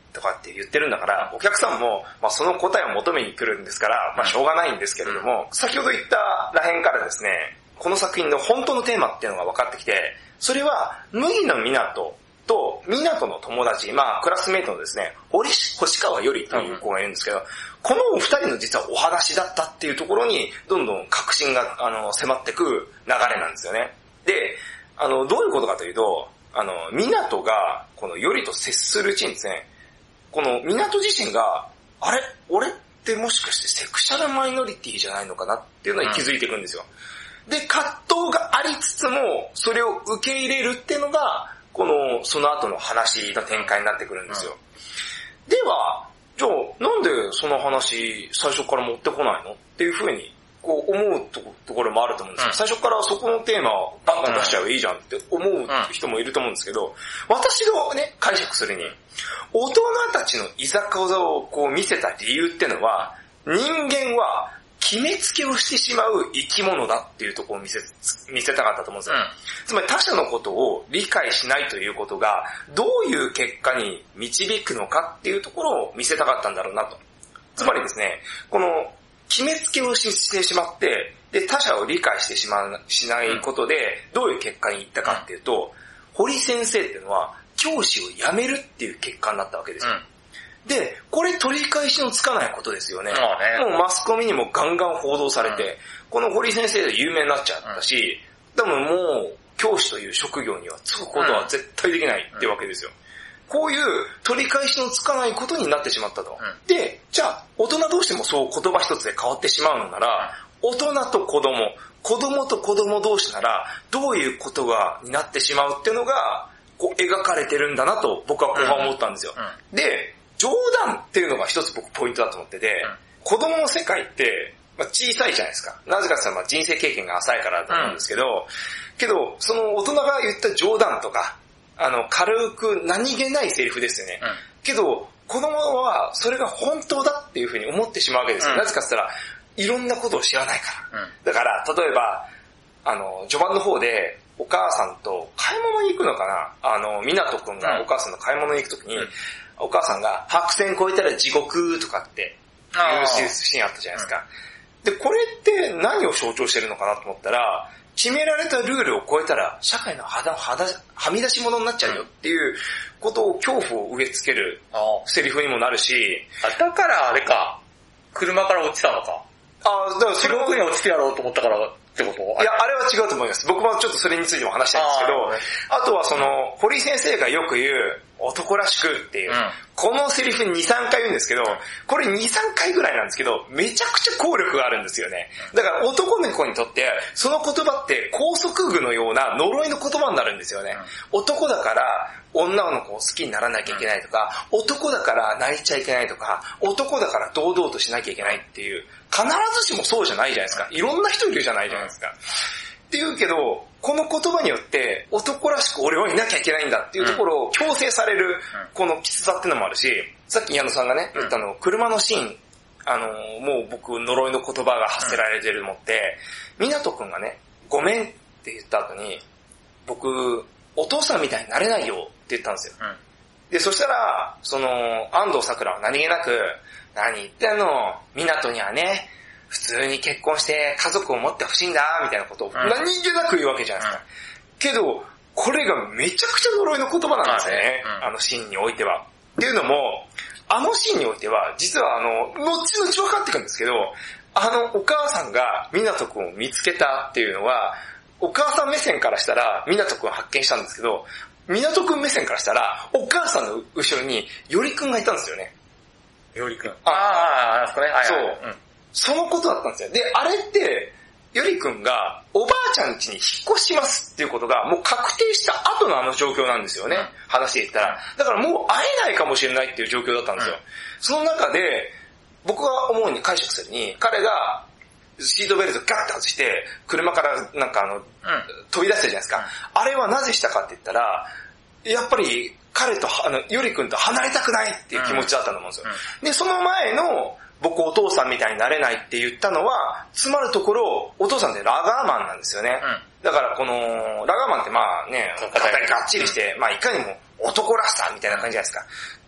とかって言ってるんだから、お客さんも、まあ、その答えを求めに来るんですから、まあ、しょうがないんですけれども、先ほど言ったらへんからですね、この作品の本当のテーマっていうのが分かってきて、それは、麦野湊と湊の友達、まあ、クラスメイトのですね、星川よりという子がいるんですけど、このお二人の実はお話だったっていうところに、どんどん確信が、あの、迫ってく流れなんですよね。で、あの、どういうことかというと、あの、湊が、このよりと接するうちにですね、この湊自身が、あれ俺ってもしかしてセクシャルマイノリティじゃないのかなっていうのに気づいていくんですよ。うん、で、葛藤がありつつも、それを受け入れるっていうのが、この、その後の話の展開になってくるんですよ。うん、では、じゃあ、なんでその話、最初から持ってこないのっていうふうに、こう思うところもあると思うんですよ。うん、最初からそこのテーマをバンバン出しちゃえばいいじゃんって思う人もいると思うんですけど、私がね、解釈するに、大人たちのいざこざをこう見せた理由っていうのは、人間は決めつけをしてしまう生き物だっていうところを見せ、見せたかったと思うんですよ。うん、つまり他者のことを理解しないということが、どういう結果に導くのかっていうところを見せたかったんだろうなと。つまりですね、この、決めつけをしてしまって、で、他者を理解してしまう、しないことで、どういう結果にいったかっていうと、堀先生っていうのは、教師を辞めるっていう結果になったわけですよ。うん、で、これ取り返しのつかないことですよね。ねもうマスコミにもガンガン報道されて、うん、この堀先生で有名になっちゃったし、多分もう、教師という職業には就くことは絶対できないってわけですよ。こういう取り返しのつかないことになってしまったと。うん、で、じゃあ、大人同士でもそう言葉一つで変わってしまうのなら、大人と子供、子供と子供同士なら、どういうことが、になってしまうっていうのが、こう描かれてるんだなと僕は後半思ったんですよ。うんうん、で、冗談っていうのが一つ僕ポイントだと思ってて、うん、子供の世界って、まあ、小さいじゃないですか。なぜかって言ったら人生経験が浅いからだと思うんですけど、うん、けど、その大人が言った冗談とか、あの、軽く何気ないセリフですよね。うん、けど、子供はそれが本当だっていうふうに思ってしまうわけですよ。うん、なぜかって言ったら、いろんなことを知らないから。うん、だから、例えば、あの、序盤の方で、お母さんと買い物に行くのかなあの、湊くんがお母さんの買い物に行くときに、うん、お母さんが白線越えたら地獄とかっていうシーンあったじゃないですか。うん、で、これって何を象徴してるのかなと思ったら、決められたルールを超えたら社会のはだはだはみ出し物になっちゃうよっていうことを恐怖を植え付けるセリフにもなるし、 あ、だからあれか、車から落ちたのか。 あ、だから地獄に落ちてやろうと思ったからってこと？ いや、あれは違うと思います。僕もちょっとそれについても話したいんですけど、あ, あとはその、堀先生がよく言う、男らしくっていう、うん、このセリフにに、さんかい言うんですけど、これに、さんかいぐらいなんですけど、めちゃくちゃ効力があるんですよね。だから男の子にとって、その言葉って高速具のような呪いの言葉になるんですよね。うん、男だから女の子を好きにならなきゃいけないとか、うん、男だから泣いちゃいけないとか、男だから堂々としなきゃいけないっていう、必ずしもそうじゃないじゃないですか。いろんな人いるじゃないじゃないですか。っていうけど、この言葉によって男らしく俺はいなきゃいけないんだっていうところを強制されるこのきつさっていうのもあるし、さっき矢野さんがね、言ったの、車のシーン、あの、もう僕呪いの言葉が発せられてるのって、湊くんがね、ごめんって言った後に、僕、お父さんみたいになれないよって言ったんですよ。で、そしたら、その、安藤桜は何気なく、何言ってんの、湊にはね、普通に結婚して家族を持ってほしいんだ、みたいなことを何気なく言うわけじゃないですか。うん、けど、これがめちゃくちゃ呪いの言葉なんですね。うん、あのシーンにおいては。っていうのも、あのシーンにおいては、実はあの、後々分かってくるんですけど、あのお母さんが湊くんを見つけたっていうのは、お母さん目線からしたら湊くんを発見したんですけど、湊くん目線からしたら、お母さんの後ろによりくんがいたんですよね。 よりくん。 ああ、 あそこね。 そう。うん、そのことだったんですよ。で、あれって、よりくんがおばあちゃん家に引っ越しますっていうことがもう確定した後のあの状況なんですよね。うん、話で言ったら。だからもう会えないかもしれないっていう状況だったんですよ。うん、その中で、僕が思うに解釈するに、彼がシートベルトガッと外して、車からなんかあの、うん、飛び出したじゃないですか。あれはなぜしたかって言ったら、やっぱり彼と、あの、よりくんと離れたくないっていう気持ちだったと思うんですよ。うん、で、その前の、僕お父さんみたいになれないって言ったのは、つまるところ、お父さんってラガーマンなんですよね。うん、だからこの、ラガーマンってまあね、肩ががっちりして、まあいかにも男らしさみたいな感じじゃないですか。っ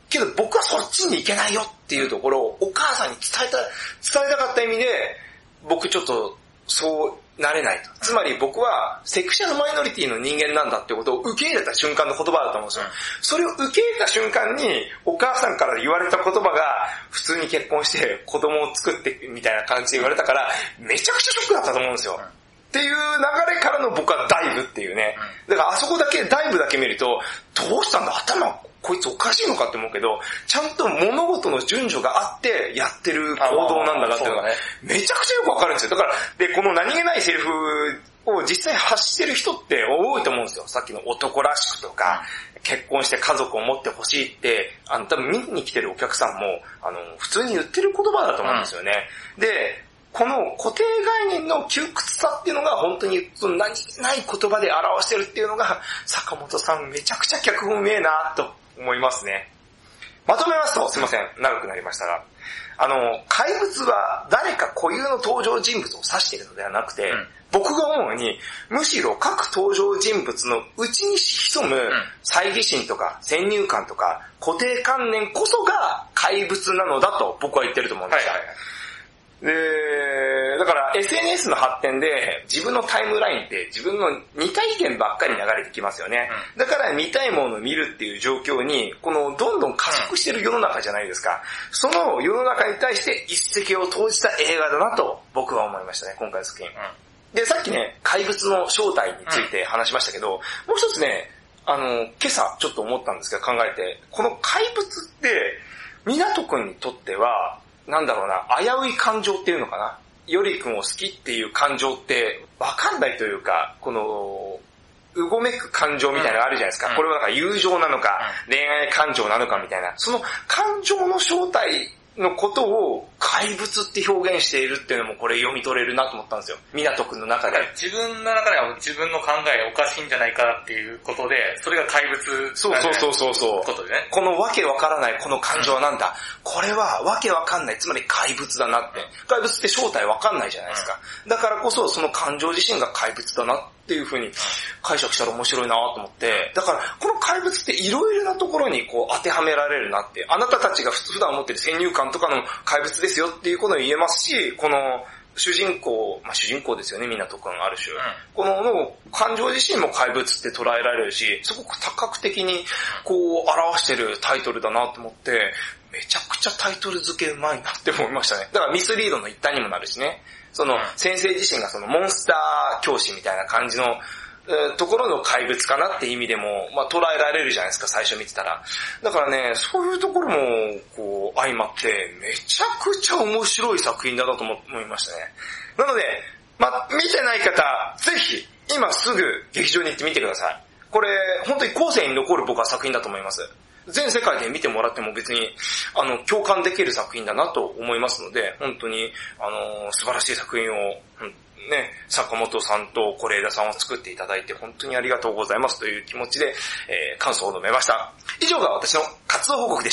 けど僕はそっちに行けないよっていうところをお母さんに伝えた、伝えたかった意味で、僕ちょっとそうなれないと。つまり僕はセクシャルマイノリティの人間なんだってことを受け入れた瞬間の言葉だと思うんですよ。それを受け入れた瞬間にお母さんから言われた言葉が普通に結婚して子供を作ってみたいな感じで言われたからめちゃくちゃショックだったと思うんですよ。っていう流れからの僕はダイブっていうね。だからあそこだけ、ダイブだけ見ると、どうしたんだ頭こいつおかしいのかって思うけど、ちゃんと物事の順序があってやってる行動なんだなっていうのがめちゃくちゃよくわかるんですよ。だから、で、この何気ないセリフを実際発してる人って多いと思うんですよ。さっきの男らしくとか、結婚して家族を持ってほしいって、あの、多分見に来てるお客さんも、あの、普通に言ってる言葉だと思うんですよね。で、この固定概念の窮屈さっていうのが本当にその何気ない言葉で表してるっていうのが坂本さんめちゃくちゃ脚本うめえなと思いますね。まとめますと、すいません、長くなりましたが、あの、怪物は誰か固有の登場人物を指しているのではなくて、うん、僕が思うに、むしろ各登場人物の内に潜む猜疑心とか先入観とか固定観念こそが怪物なのだと僕は言ってると思うんですよ。はいはいはい。で、だから エスエヌエス の発展で自分のタイムラインって自分の似た意見ばっかり流れてきますよね。だから見たいものを見るっていう状況に、このどんどん加速してる世の中じゃないですか。その世の中に対して一石を投じた映画だなと僕は思いましたね、今回の作品。で、さっきね、怪物の正体について話しましたけど、もう一つね、あの、今朝ちょっと思ったんですけど考えて、この怪物って湊くんにとっては、なんだろうな、危うい感情っていうのかな。よりくんを好きっていう感情ってわかんないというか、この、うごめく感情みたいなのがあるじゃないですか。うん、これはなんか友情なのか、うん、恋愛感情なのかみたいな。その感情の正体のことを怪物って表現しているっていうのもこれ読み取れるなと思ったんですよ。湊くんの中で。 自分の中では自分の考えおかしいんじゃないかっていうことで、それが怪物なんじゃない。 そうそうそうそう。 ことでね。 このわけわからないこの感情はなんだ、うん、これはわけわかんない、つまり怪物だなって。怪物って正体わかんないじゃないですか。だからこそその感情自身が怪物だなっていう風に解釈したら面白いなと思って、だからこの怪物っていろいろなところにこう当てはめられるなって、あなたたちが普段持ってる先入観とかの怪物ですよっていうことを言えますし、この主人公、まあ主人公ですよね、湊くんある種。うん、このの感情自身も怪物って捉えられるし、すごく多角的にこう表してるタイトルだなと思って、めちゃくちゃタイトル付けうまいなって思いましたね。だからミスリードの一端にもなるしね。その先生自身がそのモンスター教師みたいな感じのところの怪物かなって意味でも、まあ、捉えられるじゃないですか、最初見てたら。だからね、そういうところもこう相まってめちゃくちゃ面白い作品だなと思いましたね。なので、まあ、見てない方、ぜひ今すぐ劇場に行ってみてください。これ本当に後世に残る僕は作品だと思います。全世界で見てもらっても別にあの共感できる作品だなと思いますので、本当にあの素晴らしい作品を、うんね、坂本さんと是枝さんを作っていただいて本当にありがとうございますという気持ちで、えー、感想を述べました。以上が私の活動報告でした。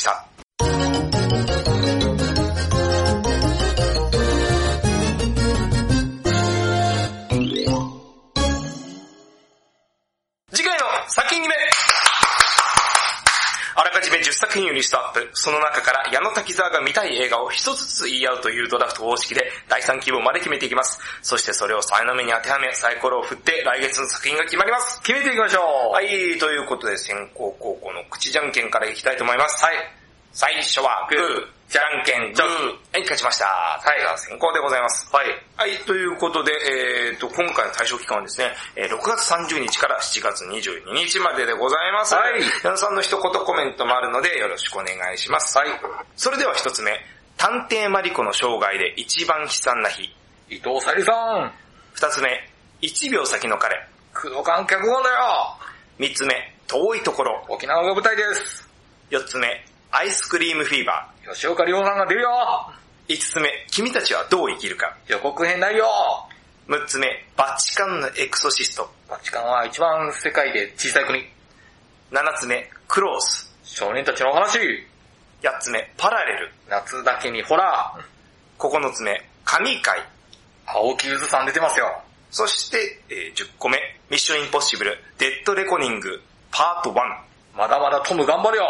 次回の作品決め、あらかじめじゅっさく品をリストアップ。その中から矢野滝沢が見たい映画を一つずつ言い合うというドラフト方式でだいさん希望まで決めていきます。そしてそれをさいの目に当てはめサイコロを振って来月の作品が決まります。 決めていきましょう。 はい、ということで先行後攻の口じゃんけんからいきたいと思います。はい。最初はグー、じゃんけんグー。はい、勝ちました。はい、先行でございます。はい。はい、ということで、えーと、今回の対象期間はですね、ろくがつさんじゅうにちからしちがつにじゅうににちまででございます。はい。矢野さんの一言コメントもあるのでよろしくお願いします。はい。それでは一つ目、探偵マリコの生涯で一番悲惨な日。 伊藤沙莉さん。 二つ目、一秒先の彼。 工藤館脚本だよ。 三つ目、遠いところ。 沖縄が舞台です。 四つ目、アイスクリームフィーバー。吉岡里帆さんが出るよ。 五つ目、君たちはどう生きるか。 予告編ないよ。 六つ目、バチカンのエクソシスト。 バチカンは一番世界で小さい国。 七つ目、クロース。 少年たちの話。 八つ目、パラレル。 夏だけにホラー。 九つ目、神回。 青木ゆずさん出てますよ。 そして、えー、十個目、ミッションインポッシブル、デッドレコニング、パートワン。 まだまだトム頑張るよ。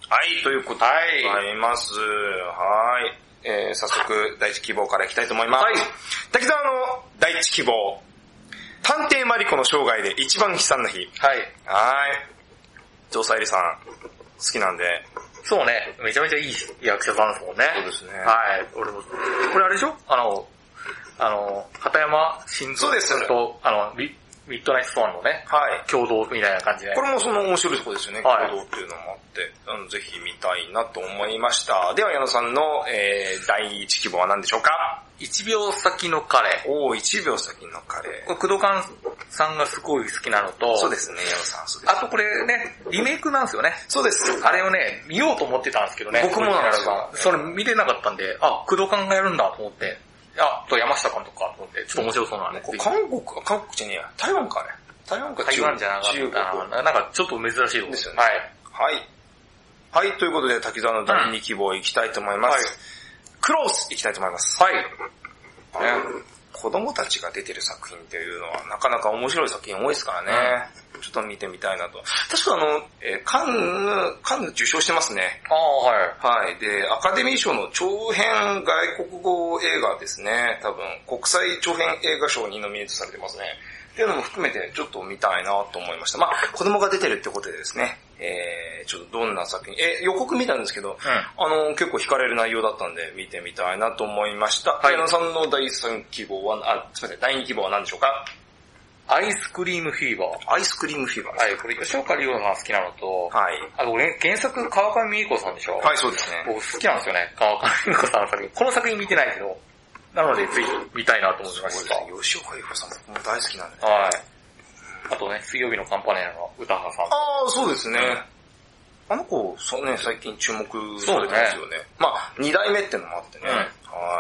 はい、ということでございます。はい。えー、早速、第一希望からいきたいと思います。はい。滝沢の第一希望。探偵マリコの生涯で一番悲惨な日。 はい。 はい。城西里さん、好きなんで。 そうね、めちゃめちゃいい役者さんですもんね。 そうですね。 はい。俺も、これあれでしょあの、あの、片山晋三と、あの、ミッドナイトスワンのね、はい。共同みたいな感じで。 これもその面白いところですよね、はい、共同っていうのもあって、あのぜひ見たいなと思いました。では矢野さんの、えー、第一希望は何でしょうか？ 一秒先の彼。 おー、一秒先の彼。 これ、工藤勘さんがすごい好きなのと、 そうですね、矢野さん、そうです。 あとこれね、リメイクなんですよね。 そうです。 あれをね、見ようと思ってたんですけどね。 僕もなんですよ。 それ見れなかったんで、あ、工藤勘がやるんだと思って、あ、と山下監督かと思って、ちょっと面白そうなんで。 韓国か、韓国じゃねえや。台湾かね。台湾か台湾じゃなかったな。なんかちょっと珍しいとこですよね。はい。はい。はい、ということで、滝沢の第二希望いきたいと思います。はい、クロースいきたいと思います。 はい。ね、 子供たちが出てる作品っていうのはなかなか面白い作品多いですからね。うん、ちょっと見てみたいなと。確かあの、えー、カンヌ、カンヌ受賞してますね。 ああ、はい。 はい。で、アカデミー賞の長編外国語映画ですね。多分、国際長編映画賞にノミネートされてますね。っていうのも含めてちょっと見たいなと思いました。まあ子供が出てるってことでですね、えー、ちょっとどんな作品、えー、予告見たんですけど、うん、あの、結構惹かれる内容だったんで見てみたいなと思いました。はい。矢野さんの第三希望は、あ、すみません、第二希望は何でしょうか？ アイスクリームフィーバー。 アイスクリームフィーバー。 はい、これ吉岡里帆さん好きなのと、 はい。 あと原作川上美恵子さんでしょ？ はい、そうですね。 僕好きなんですよね、川上美恵子さんの作品。この作品見てないけど、なのでぜひ見たいなと思いました。 そうですね、吉岡里帆さんも大好きなんで、 ね。はい。あとね、水曜日のカンパネラの歌羽さん。 ああ、そうですね。あの子、そうね、最近注目されてますよね。ねまあ、二代目ってのもあってね。うん、はい。はい。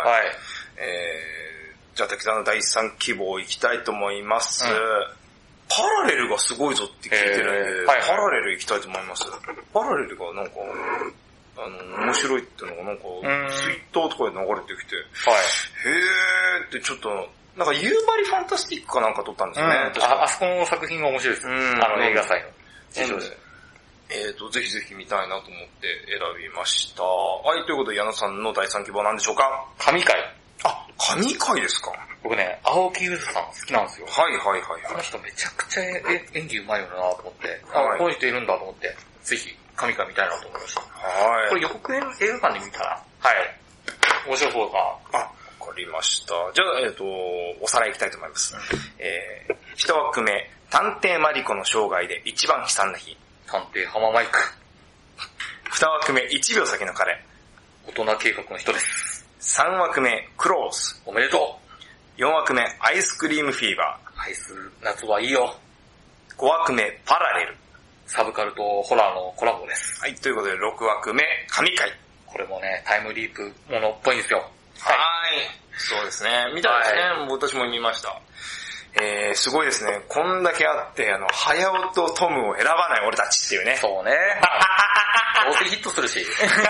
えー、じゃあ、滝沢の第三希望いきたいと思います。うん、パラレルがすごいぞって聞いてるんで、えーはいはい、パラレルいきたいと思います。パラレルがなんか、あの、面白いってのがなんか、ツイッターとかで流れてきて、はい、へーってちょっと、なんか夕張ファンタスティックかなんか撮ったんですよね。 うん、あ, あそこの作品が面白いです。うん、あの映画祭の。 受賞で。えーと、ぜひぜひ見たいなと思って選びました。はい、ということで矢野さんの第三希望は何でしょうか？ 神回。 あ、神回ですか？ 僕ね、青木ゆずさん好きなんですよ。 はいはいはい、はい。 この人めちゃくちゃ演技うまいよなと思って、はい、この人いるんだと思って、ぜひ神回見たいなと思いました。はい。これ予告編映画館で見たら、はい。面白そうかな。 あ、わかりました。じゃあ、えっ、ー、と、おさらいいきたいと思います。うん、えー、一枠目、探偵マリコの生涯で一番悲惨な日。 探偵浜マイク。 二枠目、一秒先の彼。 大人計画の人です。 三枠目、クロース。 おめでとう。四枠目、アイスクリームフィーバー。アイス、夏はいいよ。 五枠目、パラレル。 サブカルとホラーのコラボです。 はい、ということで六枠目、神回。 これもね、タイムリープものっぽいんですよ。 はい。そうですね。見たいですね。はい、私も見ました。えー、すごいですね。こんだけあって、あの、早尾とトムを選ばない俺たちっていうね。 そうね。どうせヒットするし。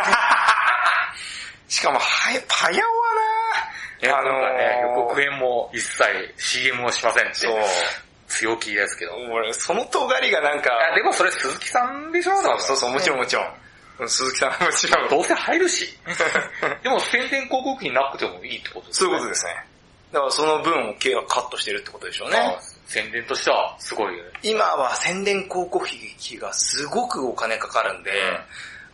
しかも、はや、早尾はなあのー、ね、予告編も一切 シーエム をしませんって。そう。強気ですけど。 俺、その尖りがなんか。 いや、でもそれ鈴木さんでしょ？ そうそうそう、もちろんもちろん。うん、鈴木さんもちろん。 どうせ入るし。でも宣伝広告費なくてもいいってことですね。そういうことですね。だからその分をKはカットしてるってことでしょうね。 宣伝としてはすごいよね。 今は宣伝広告費がすごくお金かかるんで、うん、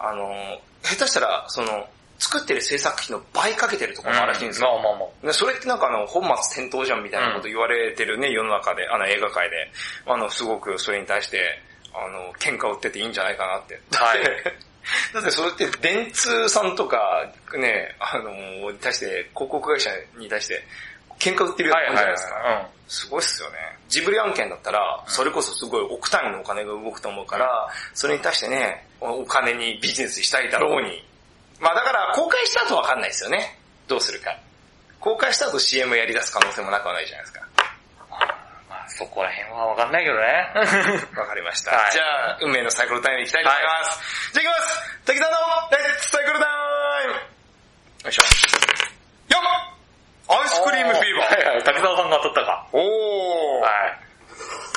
あの、下手したら、その、作ってる制作費の倍かけてるところもあるらしいんですよ。 うん、まあまあまあ。 それってなんかあの、本末転倒じゃんみたいなこと言われてるね、うん、世の中で、あの映画界で。あの、すごくそれに対して、あの、喧嘩を売ってていいんじゃないかなって。はい。だってそれって電通さんとか、ね、あの、に対して、広告会社に対して、喧嘩売ってるやつじゃないですか。はいはいはいはい、すごいっすよね。ジブリ案件だったら、それこそすごい億単位のお金が動くと思うから、それに対してね、お金にビジネスしたいだろうに。まあだから公開した後わかんないですよね。どうするか。公開した後 シーエム やり出す可能性もなくはないじゃないですか。 まあそこら辺はわかんないけどね。 わかりました。はい、じゃあ、運命のサイクルタイムに行きたいと思います。はい、じゃあ行きます。滝沢のレッツサイクルタイム。よいしょ。よっアイスクリームフィーバー。 はいはい、滝沢さんが当たったか。 おー。 はい。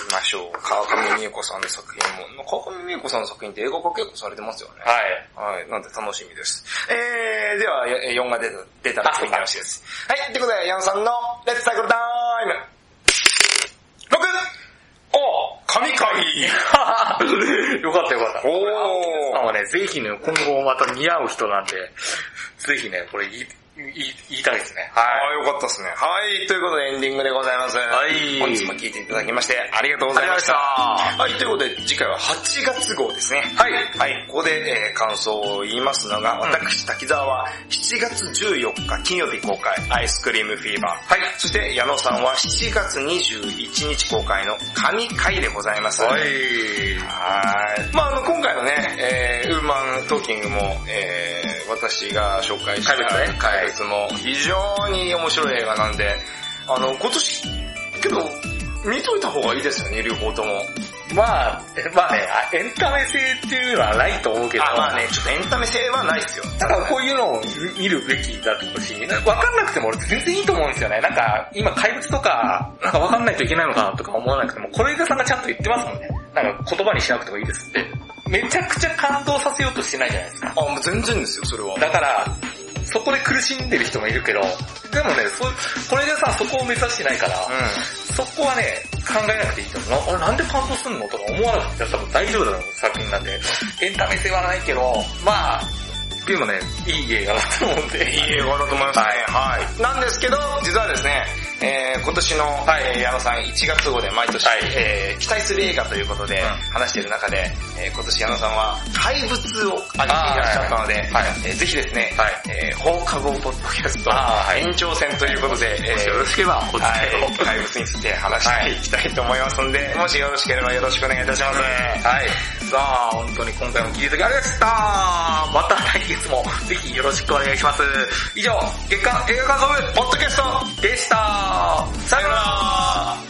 ましょう。川上美恵子さんの作品も、川上美恵子さんの作品って映画化結構されてますよね。はい。はい。なんで楽しみです。えー、では、よんが出た、出たら次の話です。はい。ということで、ヤンさんのレッツサイクルタイム !ろく! お神回よかったよかった。おー。さんはね、ぜひね、今後また似合う人なんで、ぜひね、これ言い、言い、言いたいですね。 はい。ああ、よかったですね。はい。ということでエンディングでございます。はい。本日も聞いていただきましてありがとうございました。はい。ということで次回ははちがつ号ですね。はい。はい。ここで、えー、感想を言いますのが、私、滝沢はしちがつじゅうよっか金曜日公開、アイスクリームフィーバー。はい。そして矢野さんはしちがつにじゅういちにち公開の神回でございます。はい。はい。まああの、今回のね、えー、ウーマントーキングも、えー、私が紹介した怪物、怪物も非常に面白い映画なんで、あの、今年、けど、見といた方がいいですよね、両方とも。 まあ、まあね、エンタメ性っていうのはないと思うけど。 あ、まあね、ちょっとエンタメ性はないですよ。 だからこういうのを見るべきだと思うし、わかんなくても俺全然いいと思うんですよね。なんか、今怪物とか、なんかわかんないといけないのかなとか思わなくても、是枝さんがちゃんと言ってますもんね。なんか言葉にしなくてもいいですって。めちゃくちゃ感動させようとしてないじゃないですか。 あ、もう全然ですよ、それは。 だから、そこで苦しんでる人もいるけど、でもね、そ、これでさ、そこを目指してないから、うん、そこはね、考えなくていいと思う。な、なんで感動すんのとか思わなくて多分大丈夫だろう作品なんで、エンタメ性はないけど、まあ、でもね、いい映画だと思うんで。 いい映画だと思いますね。はい。はい、なんですけど、実はですね、えー、今年の、はい、矢野さんいちがつ号で毎年、はい、えー、期待する映画ということで、うん、話している中で、えー、今年矢野さんは怪物を挙げていらっしゃったので、はいえー、ぜひですね、はいえー、放課後ポッドキャスト、はい、延長戦ということで、 えー、よろしければお付き合いを、 はい、怪物について話していきたいと思いますので、はい、もしよろしければよろしくお願いいたします。 はい。さあ、本当に今回も聞いていただきありがとうございました。また来月もぜひよろしくお願いします。以上、月刊映画感想部ポッドキャストでした。さよなら。